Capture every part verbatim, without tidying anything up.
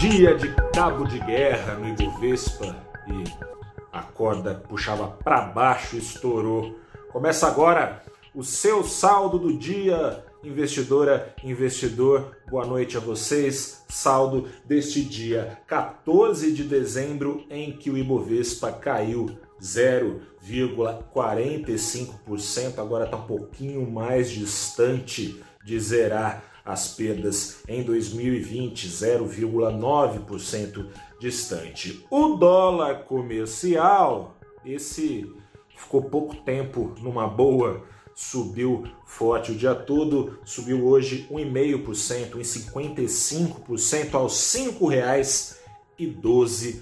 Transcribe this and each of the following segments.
Dia de cabo de guerra no Ibovespa e a corda puxava para baixo e estourou. Começa agora o seu saldo do dia, investidora, investidor. Boa noite a vocês. Saldo deste dia quatorze de dezembro, em que o Ibovespa caiu zero vírgula quarenta e cinco por cento, agora está um pouquinho mais distante de zerar as perdas em dois mil e vinte, zero vírgula nove por cento distante. O dólar comercial, esse ficou pouco tempo numa boa, subiu forte o dia todo, subiu hoje um vírgula cinco por cento, um vírgula cinquenta e cinco por cento aos cinco reais e doze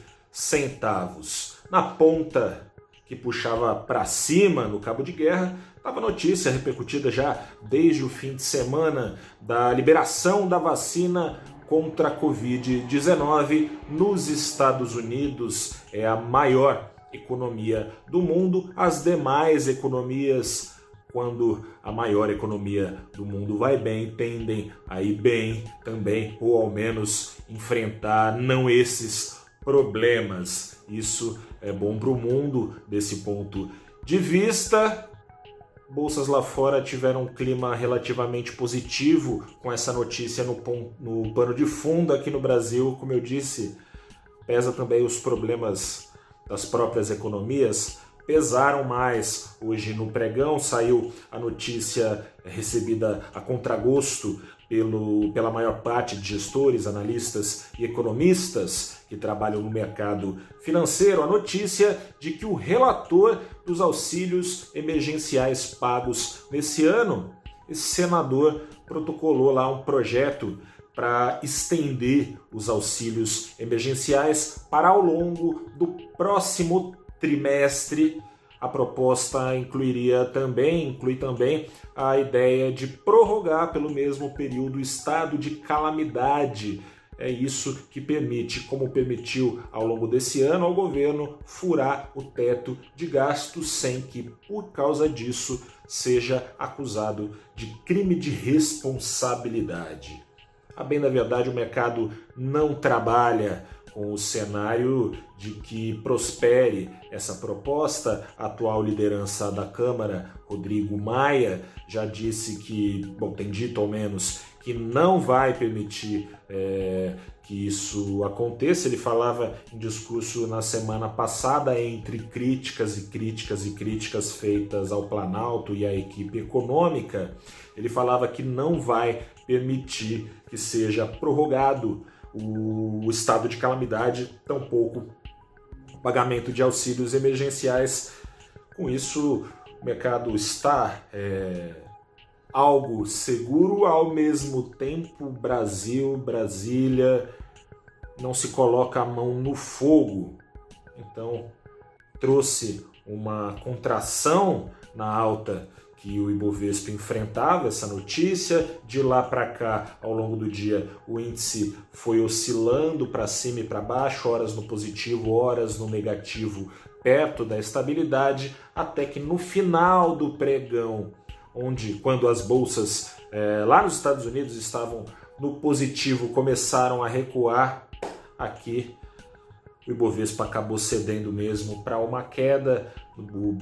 centavos. Na ponta que puxava para cima no cabo de guerra, estava notícia repercutida já desde o fim de semana da liberação da vacina contra a covid dezenove nos Estados Unidos. É a maior economia do mundo. As demais economias, quando a maior economia do mundo vai bem, tendem a ir bem também, ou ao menos enfrentar não esses problemas. Isso é bom para o mundo desse ponto de vista. Bolsas lá fora tiveram um clima relativamente positivo com essa notícia no, no pano de fundo. Aqui no Brasil, como eu disse, pesa também os problemas das próprias economias, pesaram mais. Hoje no pregão saiu a notícia recebida a contragosto pelo, pela maior parte de gestores, analistas e economistas que trabalham no mercado financeiro, a notícia de que o relator dos auxílios emergenciais pagos nesse ano, esse senador protocolou lá um projeto para estender os auxílios emergenciais para ao longo do próximo trimestre. A proposta incluiria também, inclui também a ideia de prorrogar pelo mesmo período o estado de calamidade. É isso que permite, como permitiu ao longo desse ano, ao governo furar o teto de gastos sem que, por causa disso, seja acusado de crime de responsabilidade. A bem da verdade, o mercado não trabalha com o cenário de que prospere essa proposta. A atual liderança da Câmara, Rodrigo Maia, já disse que, bom, tem dito ao menos, que não vai permitir é, que isso aconteça. Ele falava em discurso na semana passada, entre críticas e críticas e críticas feitas ao Planalto e à equipe econômica, ele falava que não vai permitir que seja prorrogado o estado de calamidade, tampouco o pagamento de auxílios emergenciais. Com isso, o mercado está é, algo seguro. Ao mesmo tempo, Brasil, Brasília não se coloca a mão no fogo. Então, trouxe uma contração na alta que o Ibovespa enfrentava, essa notícia. De lá para cá, ao longo do dia, o índice foi oscilando para cima e para baixo, horas no positivo, horas no negativo, perto da estabilidade, até que no final do pregão, onde quando as bolsas é, lá nos Estados Unidos estavam no positivo, começaram a recuar, aqui o Ibovespa acabou cedendo mesmo para uma queda. O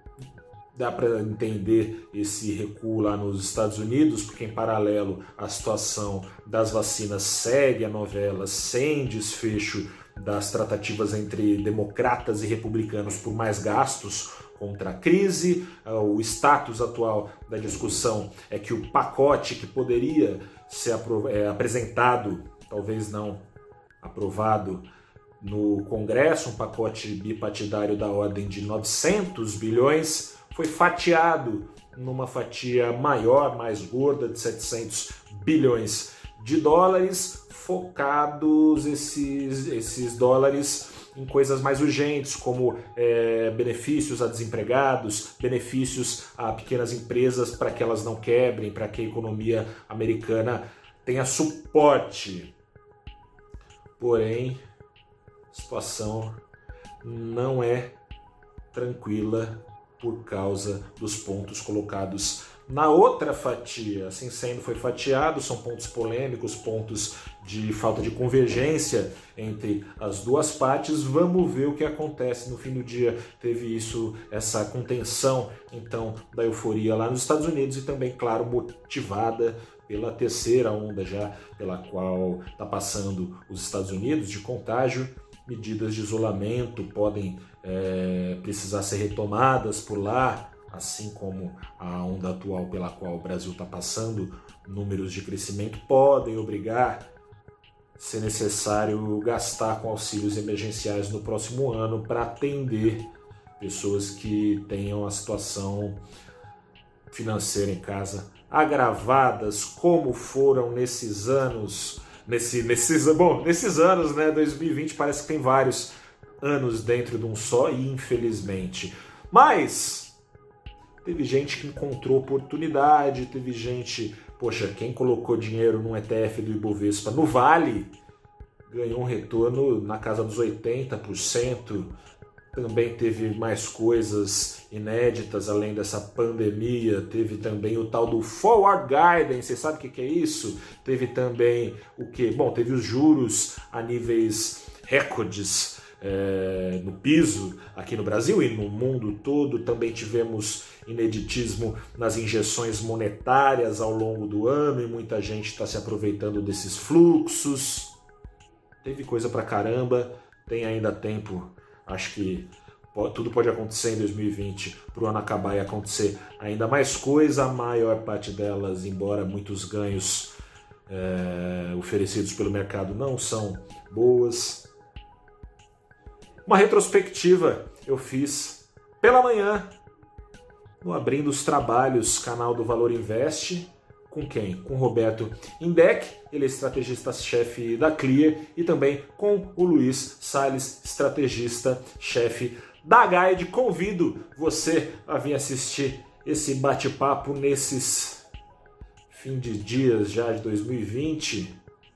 Dá para entender esse recuo lá nos Estados Unidos, porque em paralelo a situação das vacinas segue a novela sem desfecho das tratativas entre democratas e republicanos por mais gastos contra a crise. O status atual da discussão é que o pacote que poderia ser é, apresentado, talvez não aprovado no Congresso, um pacote bipartidário da ordem de novecentos bilhões, foi fatiado numa fatia maior, mais gorda, de setecentos bilhões de dólares, focados esses, esses dólares em coisas mais urgentes, como é, benefícios a desempregados, benefícios a pequenas empresas para que elas não quebrem, para que a economia americana tenha suporte. Porém, a situação não é tranquila por causa dos pontos colocados Na outra fatia, assim sendo, foi fatiado, são pontos polêmicos, pontos de falta de convergência entre as duas partes. Vamos ver o que acontece. No fim do dia teve isso, essa contenção então da euforia lá nos Estados Unidos e também, claro, motivada pela terceira onda já pela qual está passando os Estados Unidos de contágio. Medidas de isolamento podem é, precisar ser retomadas por lá, assim como a onda atual pela qual o Brasil está passando. Números de crescimento podem obrigar, se necessário, gastar com auxílios emergenciais no próximo ano para atender pessoas que tenham a situação financeira em casa agravadas, como foram nesses anos, nesse, nesses, bom, nesses anos, né, dois mil e vinte parece que tem vários anos dentro de um só, e infelizmente. Mas teve gente que encontrou oportunidade, teve gente, poxa, quem colocou dinheiro num E T F do Ibovespa no Vale ganhou um retorno na casa dos oitenta por cento. Também teve mais coisas inéditas além dessa pandemia. Teve também o tal do Forward Guidance. Você sabe o que é isso? Teve também o quê? Bom, teve os juros a níveis recordes é, no piso aqui no Brasil e no mundo todo. Também tivemos ineditismo nas injeções monetárias ao longo do ano e muita gente está se aproveitando desses fluxos. Teve coisa pra caramba. Tem ainda tempo. Acho que tudo pode acontecer em dois mil e vinte, para o ano acabar e acontecer ainda mais coisa. A maior parte delas, embora muitos ganhos é, oferecidos pelo mercado não são boas. Uma retrospectiva eu fiz pela manhã, no Abrindo os Trabalhos, canal do Valor Invest. Com quem? Com Roberto Indec, ele é estrategista-chefe da Clear, e também com o Luiz Salles, estrategista-chefe da Guide. Convido você a vir assistir esse bate-papo nesses fim de dias já de dois mil e vinte.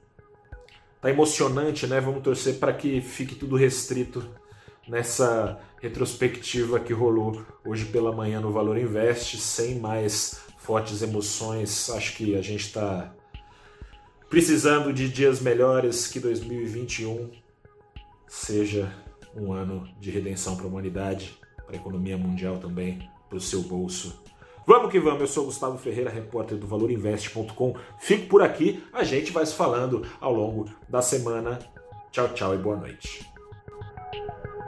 Tá emocionante, né? Vamos torcer para que fique tudo restrito nessa retrospectiva que rolou hoje pela manhã no Valor Invest, sem mais fortes emoções. Acho que a gente está precisando de dias melhores, que dois mil e vinte e um seja um ano de redenção para a humanidade, para a economia mundial também, para o seu bolso. Vamos que vamos, eu sou Gustavo Ferreira, repórter do valor invest ponto com. Fico por aqui, a gente vai se falando ao longo da semana. Tchau, tchau e boa noite.